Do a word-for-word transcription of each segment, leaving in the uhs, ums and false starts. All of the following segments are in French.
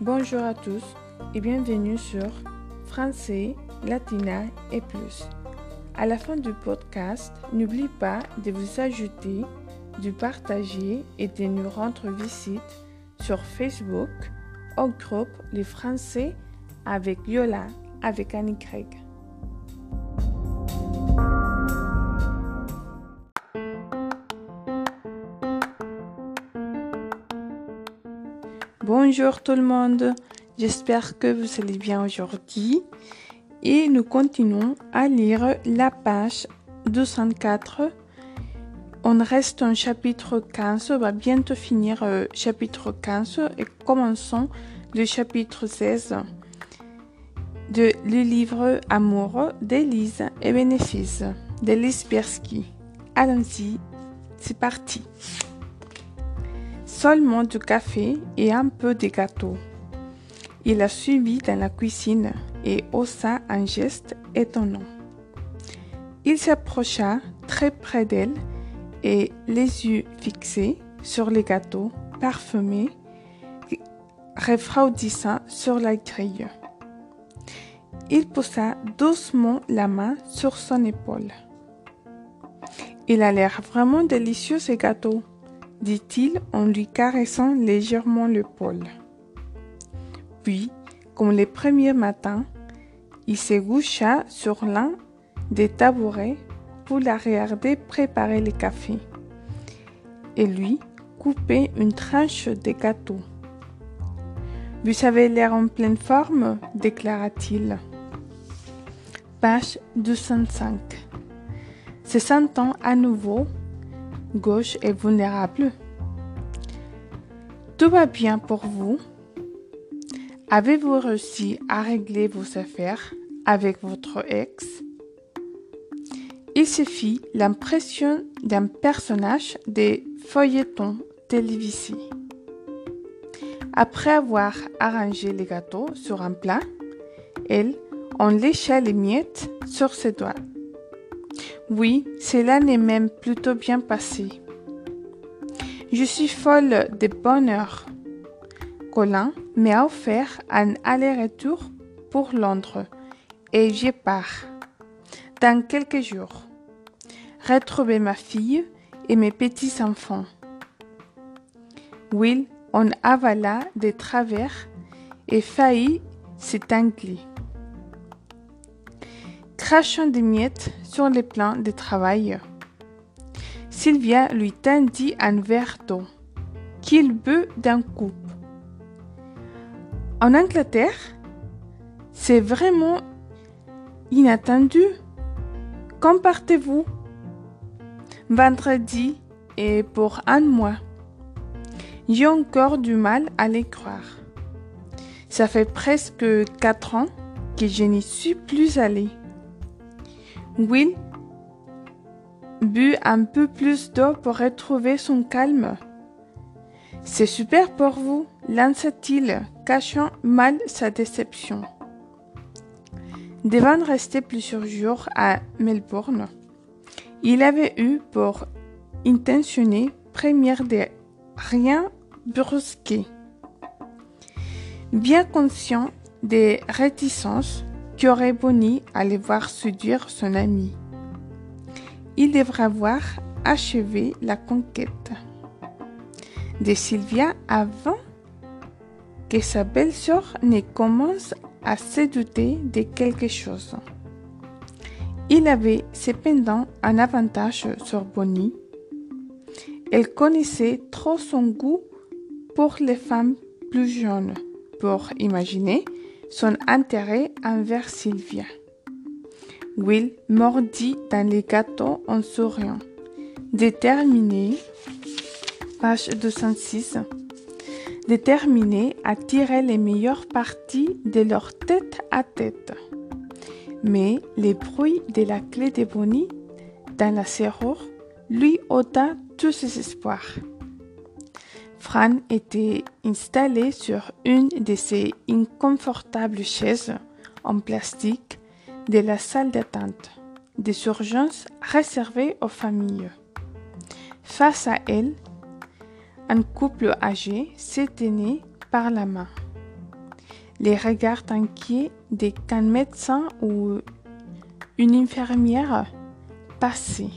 Bonjour à tous et bienvenue sur Français, Latina et plus. À la fin du podcast, n'oublie pas de vous ajouter, de partager et de nous rendre visite sur Facebook au groupe Les Français avec Yola avec un Y. Bonjour tout le monde, j'espère que vous allez bien aujourd'hui et nous continuons à lire la page deux cent quatre. On reste en chapitre quinze, on va bientôt finir euh, chapitre quinze et commençons le chapitre seize de le livre Amour d'Élise et Bénéfice d'Élise Birsky. Allons-y, c'est parti. Seulement du café et un peu de gâteau. Il la suivit dans la cuisine et haussa un geste étonnant. Il s'approcha très près d'elle et les yeux fixés sur les gâteaux parfumés, refroidissant sur la grille. Il posa doucement la main sur son épaule. « Il a l'air vraiment délicieux ce gâteau », dit-il en lui caressant légèrement l'épaule. Puis, comme les premiers matins, il se coucha sur l'un des tabourets pour la regarder préparer le café et lui couper une tranche de gâteau. « Vous avez l'air en pleine forme, déclara-t-il. » Page deux cent cinq. Se sentant à nouveau gauche et vulnérable. Tout va bien pour vous? Avez-vous réussi à régler vos affaires avec votre ex? Il se fit l'impression d'un personnage des feuilletons télévisés. Après avoir arrangé les gâteaux sur un plat, elle en lécha les miettes sur ses doigts. Oui, cela n'est même plutôt bien passé. Je suis folle de bonheur. Colin m'a offert un aller-retour pour Londres et je pars dans quelques jours retrouver ma fille et mes petits-enfants. Will en avala de travers et faillit s'étangler. Crachant des miettes sur les plans de travail, Sylvia lui tendit un verre d'eau qu'il but d'un coup. En Angleterre, c'est vraiment inattendu. Quand partez-vous? Vendredi et pour un mois. J'ai encore du mal à les croire. Ça fait presque quatre ans que je n'y suis plus allée. Will but un peu plus d'eau pour retrouver son calme. C'est super pour vous, lança-t-il, cachant mal sa déception. Devant rester plusieurs jours à Melbourne, il avait eu pour intentionné première de rien brusquer. Bien conscient des réticences qui aurait boni à le voir séduire son ami. Il devra avoir achevé la conquête de Sylvia avant que sa belle-sœur ne commence à se douter de quelque chose. Il avait cependant un avantage sur Bonnie. Elle connaissait trop son goût pour les femmes plus jeunes pour imaginer son intérêt envers Sylvia. Will mordit dans les gâteaux en souriant, déterminé, page deux cent six, déterminé à tirer les meilleures parties de leur tête à tête. Mais les bruits de la clé de Bonnie dans la serrure lui ôta tous ses espoirs. Fran était installé sur une de ces inconfortables chaises en plastique de la salle d'attente des urgences réservées aux familles. Face à elle, un couple âgé se tenait par la main. les regards inquiets dès qu'un médecin ou une infirmière passait.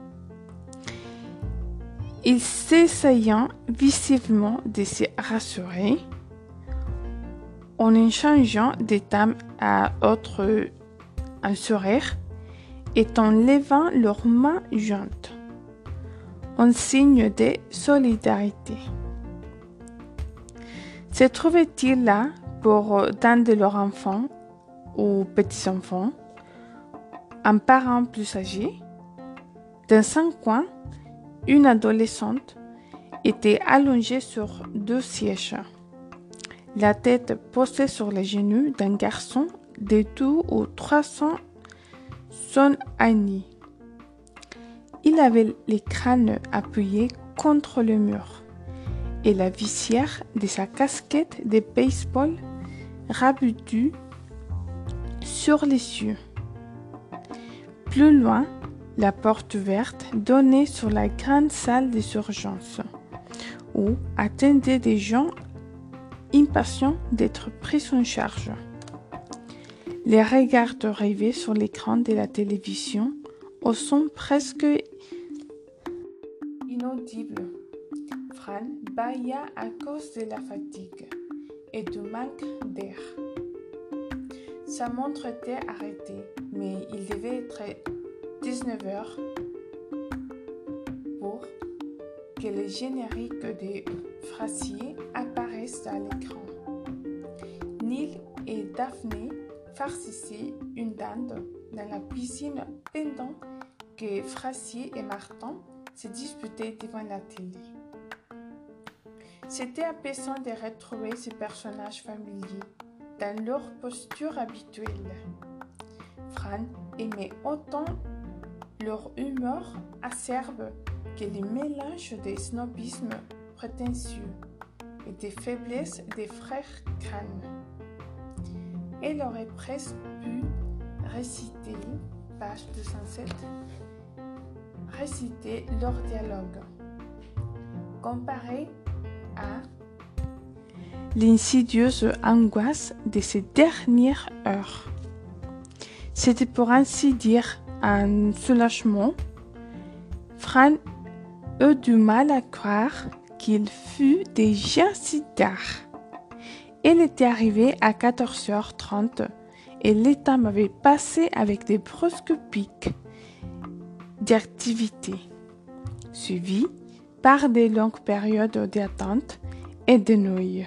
Il s'essayant visiblement de se rassurer en échangeant des thèmes à autre un sourire et en levant leurs mains jointes en signe de solidarité. Se trouvait-il là pour d'un de leurs enfants ou petits-enfants, un parent plus âgé? Dans un coin, une adolescente était allongée sur deux sièges, la tête posée sur les genoux d'un garçon de deux ou trois ans, son ami. Il avait le crâne appuyé contre le mur et la visière de sa casquette de baseball rabattue sur les yeux. Plus loin, la porte ouverte donnait sur la grande salle des urgences, où attendaient des gens impatients d'être pris en charge. Les regards rivés sur l'écran de la télévision au son presque inaudible. Fran bâilla à cause de la fatigue et du manque d'air. Sa montre était arrêtée, mais il devait être dix-neuf heures pour que le générique de Frasier apparaisse à l'écran. Neil et Daphné farcissaient une dinde dans la piscine pendant que Frasier et Martin se disputaient devant la télé. C'était apaisant de retrouver ces personnages familiers dans leur posture habituelle. Fran aimait autant leur humour acerbe que les mélanges de snobisme prétentieux et de faiblesse des frères Crane. Elle aurait presque pu réciter, page deux cent sept, réciter leur dialogue, comparé à l'insidieuse angoisse de ces dernières heures. C'était pour ainsi dire un soulagement. Fran eut du mal à croire qu'il fût déjà si tard. Elle était arrivée à quatorze heures trente et le temps avait passé avec des brusques pics d'activité, suivies par des longues périodes d'attente et de nuit.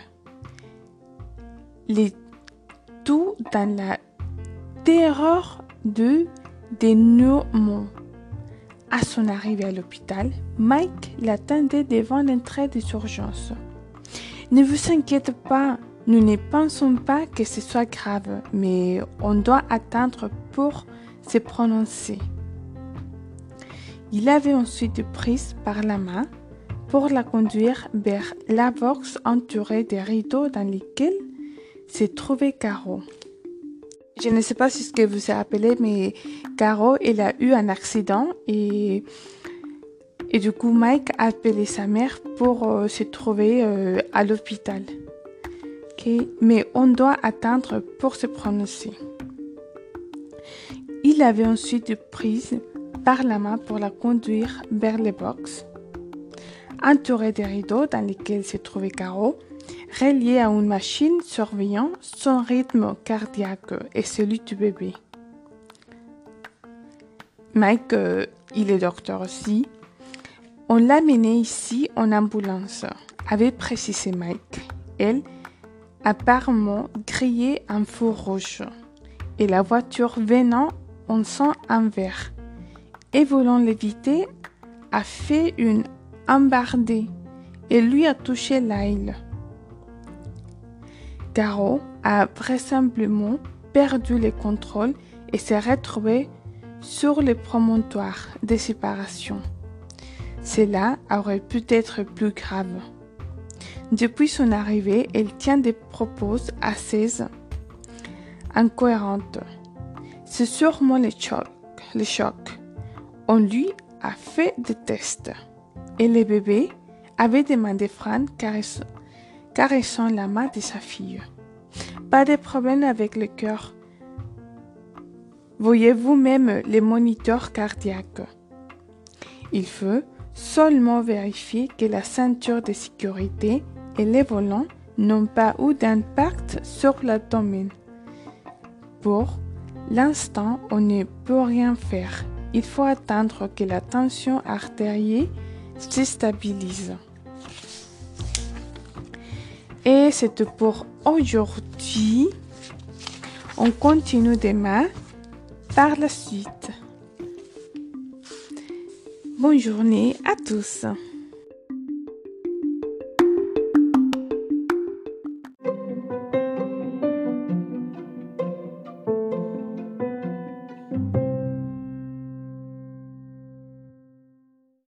Les tout dans la terreur de dénouement. À son arrivée à l'hôpital, Mike l'attendait devant l'entrée des urgences. « Ne vous inquiétez pas, nous ne pensons pas que ce soit grave, mais on doit attendre pour se prononcer. » Il avait ensuite prise par la main pour la conduire vers la box entourée de rideaux dans lesquels se trouvait Caro. Je ne sais pas si ce que vous vous rappelez, mais Caro, elle a eu un accident et, et du coup, Mike a appelé sa mère pour euh, se trouver euh, à l'hôpital. Okay? Mais on doit attendre pour se prononcer. Il avait ensuite prise par la main pour la conduire vers les box, entourée des rideaux dans lesquels se trouvait Caro, relié à une machine surveillant son rythme cardiaque et celui du bébé. Mike, euh, il est docteur aussi. On l'a mené ici en ambulance, avait précisé Mike. Elle, apparemment, grillait un feu rouge et la voiture venant en sens inverse et voulant l'éviter, a fait une embardée et lui a touché l'aile. Caro a vraisemblablement perdu le contrôle et s'est retrouvée sur le promontoire de séparation. Cela aurait pu être plus grave. Depuis son arrivée, elle tient des propos assez incohérents. C'est sûrement le choc. Le choc. On lui a fait des tests et le bébé avait demandé Fran caressant la main de sa fille. Pas de problème avec le cœur. Voyez-vous même les moniteurs cardiaques. Il faut seulement vérifier que la ceinture de sécurité et les volants n'ont pas eu d'impact sur l'abdomen. Pour l'instant, on ne peut rien faire. Il faut attendre que la tension artérielle se stabilise. Et c'est tout pour aujourd'hui. On continue demain par la suite. Bonne journée à tous.